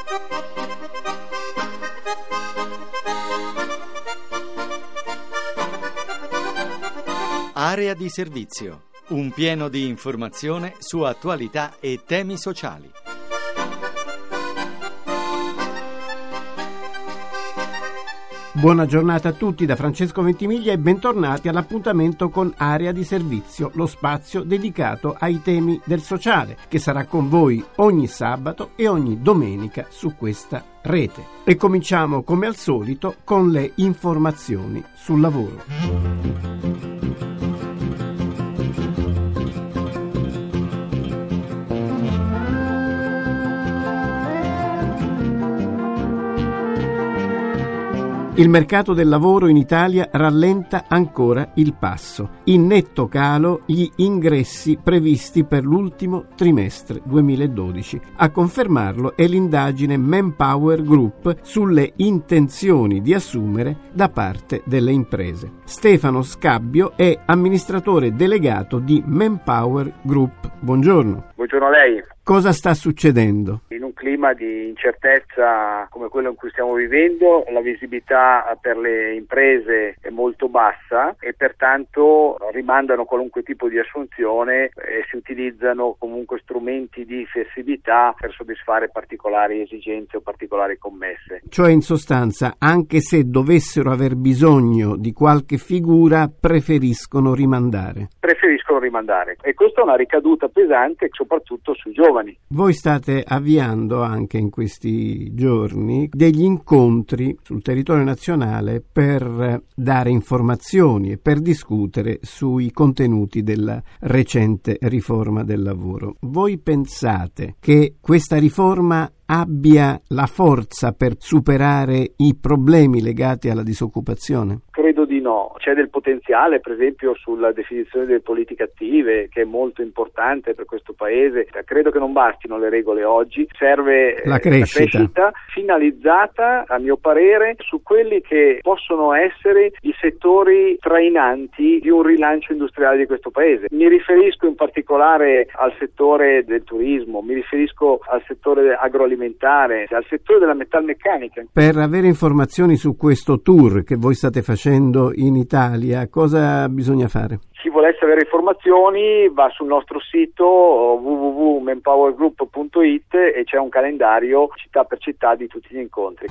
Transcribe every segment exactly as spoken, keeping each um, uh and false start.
Area di servizio, un pieno di informazione su attualità e temi sociali. Buona giornata a tutti da Francesco Ventimiglia e bentornati all'appuntamento con Area di Servizio, lo spazio dedicato ai temi del sociale, che sarà con voi ogni sabato e ogni domenica su questa rete. E cominciamo come al solito con le informazioni sul lavoro. Il mercato del lavoro in Italia rallenta ancora il passo. In netto calo gli ingressi previsti per l'ultimo trimestre duemiladodici. A confermarlo è l'indagine Manpower Group sulle intenzioni di assumere da parte delle imprese. Stefano Scabbio è amministratore delegato di Manpower Group. Buongiorno. Buongiorno a lei. Cosa sta succedendo? In un clima di incertezza come quello in cui stiamo vivendo, la visibilità per le imprese è molto bassa e pertanto rimandano qualunque tipo di assunzione e si utilizzano comunque strumenti di flessibilità per soddisfare particolari esigenze o particolari commesse. Cioè, in sostanza, anche se dovessero aver bisogno di qualche figura, preferiscono rimandare. Preferiscono rimandare e questa è una ricaduta pesante soprattutto sui giovani. Voi state avviando anche in questi giorni degli incontri sul territorio nazionale per dare informazioni e per discutere sui contenuti della recente riforma del lavoro. Voi pensate che questa riforma abbia la forza per superare i problemi legati alla disoccupazione? Credo di no. C'è del potenziale, per esempio, sulla definizione delle politiche attive, che è molto importante per questo Paese. Credo che non bastino le regole oggi, serve la crescita. la crescita finalizzata, a mio parere, su quelli che possono essere i settori trainanti di un rilancio industriale di questo Paese. Mi riferisco in particolare al settore del turismo, mi riferisco al settore agroalimentare, al settore della metalmeccanica. Per avere informazioni su questo tour che voi state facendo in Italia, cosa bisogna fare? Chi volesse avere informazioni va sul nostro sito w w w punto manpower group punto i t e c'è un calendario città per città di tutti gli incontri.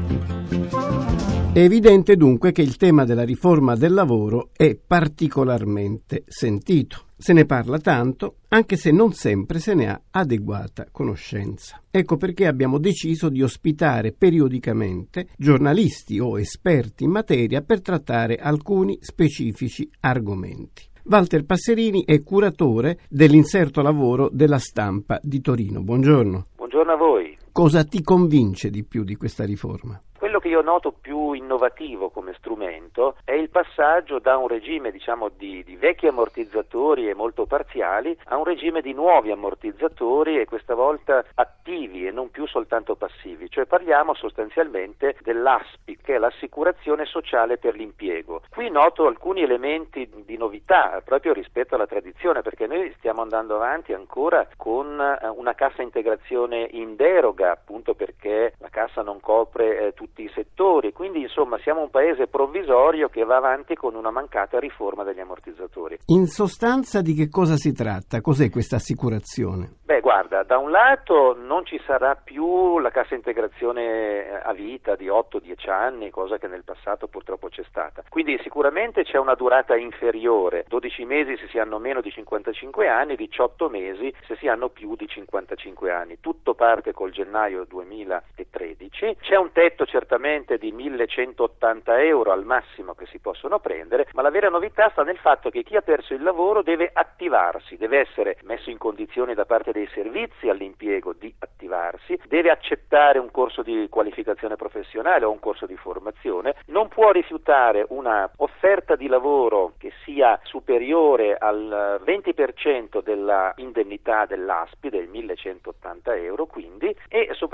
È evidente dunque che il tema della riforma del lavoro è particolarmente sentito. Se ne parla tanto, anche se non sempre se ne ha adeguata conoscenza. Ecco perché abbiamo deciso di ospitare periodicamente giornalisti o esperti in materia per trattare alcuni specifici argomenti. Walter Passerini è curatore dell'inserto lavoro della Stampa di Torino. Buongiorno. Buongiorno a voi. Cosa ti convince di più di questa riforma? Quello che io noto più innovativo come strumento è il passaggio da un regime diciamo di, di vecchi ammortizzatori e molto parziali a un regime di nuovi ammortizzatori e questa volta attivi e non più soltanto passivi, cioè parliamo sostanzialmente dell'A S P I, che è l'assicurazione sociale per l'impiego. Qui noto alcuni elementi di novità proprio rispetto alla tradizione, perché noi stiamo andando avanti ancora con una cassa integrazione in deroga, appunto perché la cassa non copre eh, tutti i settori, quindi insomma siamo un paese provvisorio che va avanti con una mancata riforma degli ammortizzatori. In sostanza di che cosa si tratta? Cos'è questa assicurazione? Beh, guarda, da un lato non ci sarà più la cassa integrazione a vita di otto dieci anni, cosa che nel passato purtroppo c'è stata. Quindi sicuramente c'è una durata inferiore, dodici mesi se si hanno meno di cinquantacinque anni, diciotto mesi se si hanno più di cinquantacinque anni. Tutto parte col gennaio duemilatredici. C'è un tetto certamente di millecentoottanta euro al massimo che si possono prendere, ma la vera novità sta nel fatto che chi ha perso il lavoro deve attivarsi, deve essere messo in condizione da parte dei servizi all'impiego di attivarsi, deve accettare un corso di qualificazione professionale o un corso di formazione, non può rifiutare una offerta di lavoro che sia superiore al venti per cento della indennità dell'A S P I, del millecentoottanta euro quindi, e soprattutto deve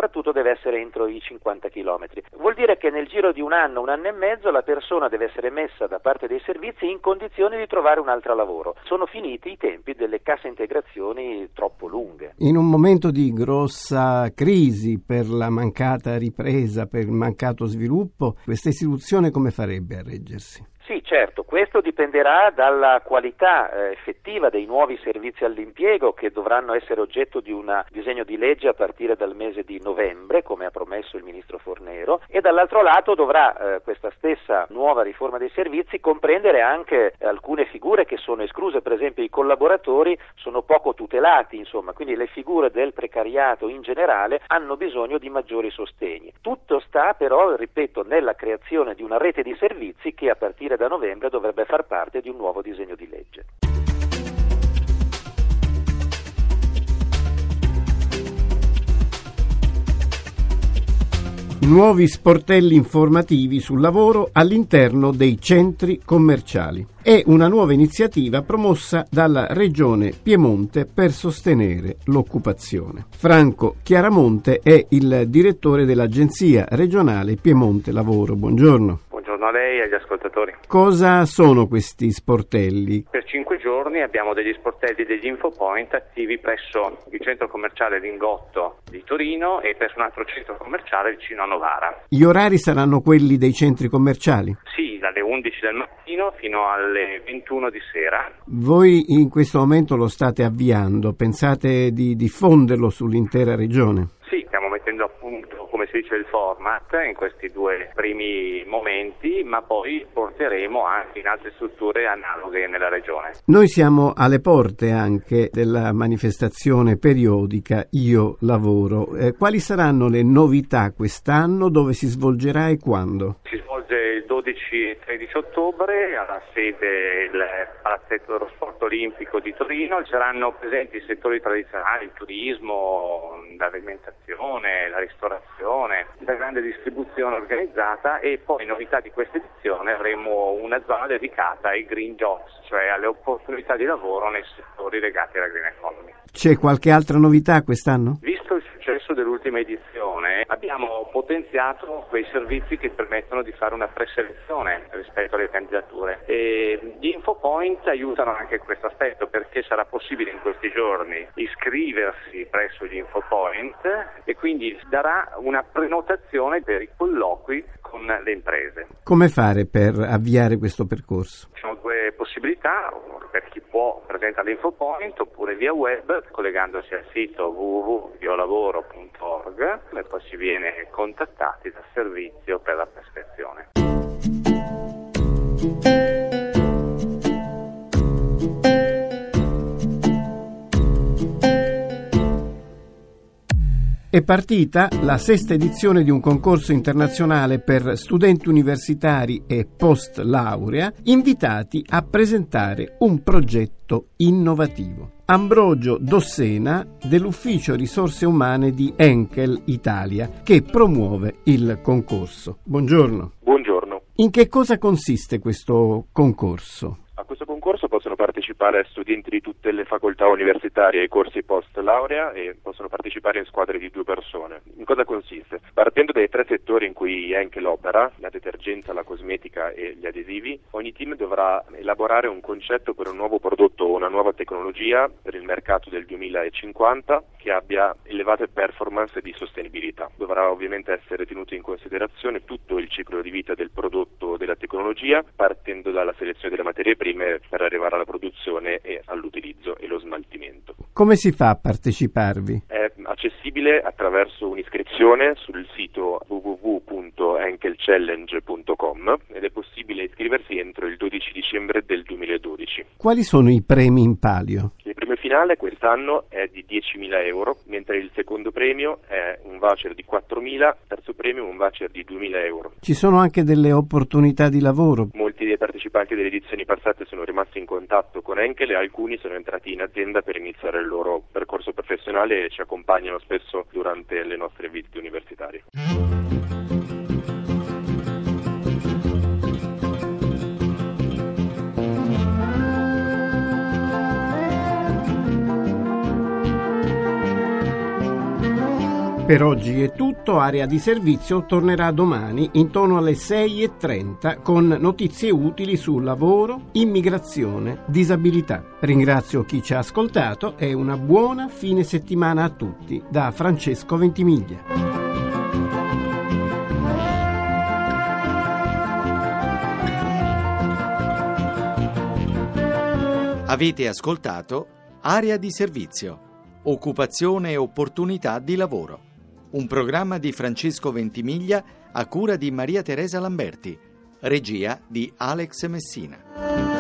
deve essere entro i cinquanta chilometri. Vuol dire che nel giro di un anno, un anno e mezzo, la persona deve essere messa da parte dei servizi in condizioni di trovare un altro lavoro. Sono finiti i tempi delle casse integrazioni troppo lunghe. In un momento di grossa crisi per la mancata ripresa, per il mancato sviluppo, questa istituzione come farebbe a reggersi? Sì, certo, questo dipenderà dalla qualità eh, effettiva dei nuovi servizi all'impiego che dovranno essere oggetto di un disegno di legge a partire dal mese di novembre, come ha promesso il ministro Fornero, e dall'altro lato dovrà eh, questa stessa nuova riforma dei servizi comprendere anche eh, alcune figure che sono escluse, per esempio i collaboratori sono poco tutelati, insomma, quindi le figure del precariato in generale hanno bisogno di maggiori sostegni. Tutto sta però, ripeto, nella creazione di una rete di servizi che a partire da novembre dovrebbe far parte di un nuovo disegno di legge. Nuovi sportelli informativi sul lavoro all'interno dei centri commerciali. È una nuova iniziativa promossa dalla Regione Piemonte per sostenere l'occupazione. Franco Chiaramonte è il direttore dell'Agenzia regionale Piemonte Lavoro. Buongiorno. Buongiorno a lei e agli ascoltatori. Cosa sono questi sportelli? Per cinque giorni abbiamo degli sportelli degli infopoint attivi presso il centro commerciale Lingotto di Torino e presso un altro centro commerciale vicino a Novara. Gli orari saranno quelli dei centri commerciali? Sì, dalle undici del mattino fino alle ventuno di sera. Voi in questo momento lo state avviando, pensate di diffonderlo sull'intera regione? Sì, stiamo mettendo a punto, come si dice, il format in questi due primi momenti, ma poi porteremo anche in altre strutture analoghe nella regione. Noi siamo alle porte anche della manifestazione periodica Io Lavoro. Eh, quali saranno le novità quest'anno, dove si svolgerà e quando? Si svolge il dodici e tredici ottobre alla sede del Palazzetto dello Sport Olimpico di Torino. Saranno presenti i settori tradizionali, il turismo, l'alimentazione, la ristorazione, la grande distribuzione organizzata, e poi novità di questa edizione avremo una zona dedicata ai green jobs, cioè alle opportunità di lavoro nei settori legati alla green economy. C'è qualche altra novità quest'anno? Visto il successo dell'ultima edizione, abbiamo potenziato quei servizi che permettono di fare una preselezione rispetto alle candidature, e gli infopoint aiutano anche questo aspetto, perché sarà possibile in questi giorni iscriversi presso gli infopoint e quindi darà una prenotazione per i colloqui con le imprese. Come fare per avviare questo percorso? Ci sono due possibilità: per chi può presenta all'infopoint, oppure via web collegandosi al sito w w w punto io lavoro punto org, e poi si viene contattati dal servizio per la prescrizione. È partita la sesta edizione di un concorso internazionale per studenti universitari e post laurea invitati a presentare un progetto innovativo. Ambrogio Dossena dell'Ufficio Risorse Umane di Henkel Italia, che promuove il concorso. Buongiorno. Buongiorno. In che cosa consiste questo concorso? A questo concorso possono partecipare studenti di tutte le facoltà universitarie e corsi post laurea, e possono partecipare in squadre di due persone. In cosa consiste? Partendo dai tre settori in cui Henkel opera, la detergenza, la cosmetica e gli adesivi, ogni team dovrà elaborare un concetto per un nuovo prodotto o una nuova tecnologia per il mercato del duemilacinquanta che abbia elevate performance di sostenibilità. Dovrà ovviamente essere tenuto in considerazione tutto il ciclo di vita del prodotto o della tecnologia, partendo dalla selezione delle materie prime per arrivare alla produzione e all'utilizzo e lo smaltimento. Come si fa a parteciparvi? È accessibile attraverso un'iscrizione sul sito w w w punto henkel challenge punto com ed è possibile iscriversi entro il dodici dicembre del duemiladodici. Quali sono i premi in palio? Il premio finale quest'anno è di diecimila euro, mentre il secondo premio è un voucher di quattromila, il terzo premio un voucher di duemila euro. Ci sono anche delle opportunità di lavoro? Molti dei partecipanti delle edizioni passate sono rimasti in contatto con Henkel e alcuni sono entrati in azienda per iniziare il loro percorso professionale e ci accompagnano spesso durante le nostre visite universitarie. Per oggi è tutto, Area di Servizio tornerà domani intorno alle sei e trenta con notizie utili su lavoro, immigrazione, disabilità. Ringrazio chi ci ha ascoltato e una buona fine settimana a tutti da Francesco Ventimiglia. Avete ascoltato Area di Servizio, occupazione e opportunità di lavoro. Un programma di Francesco Ventimiglia a cura di Maria Teresa Lamberti, regia di Alex Messina.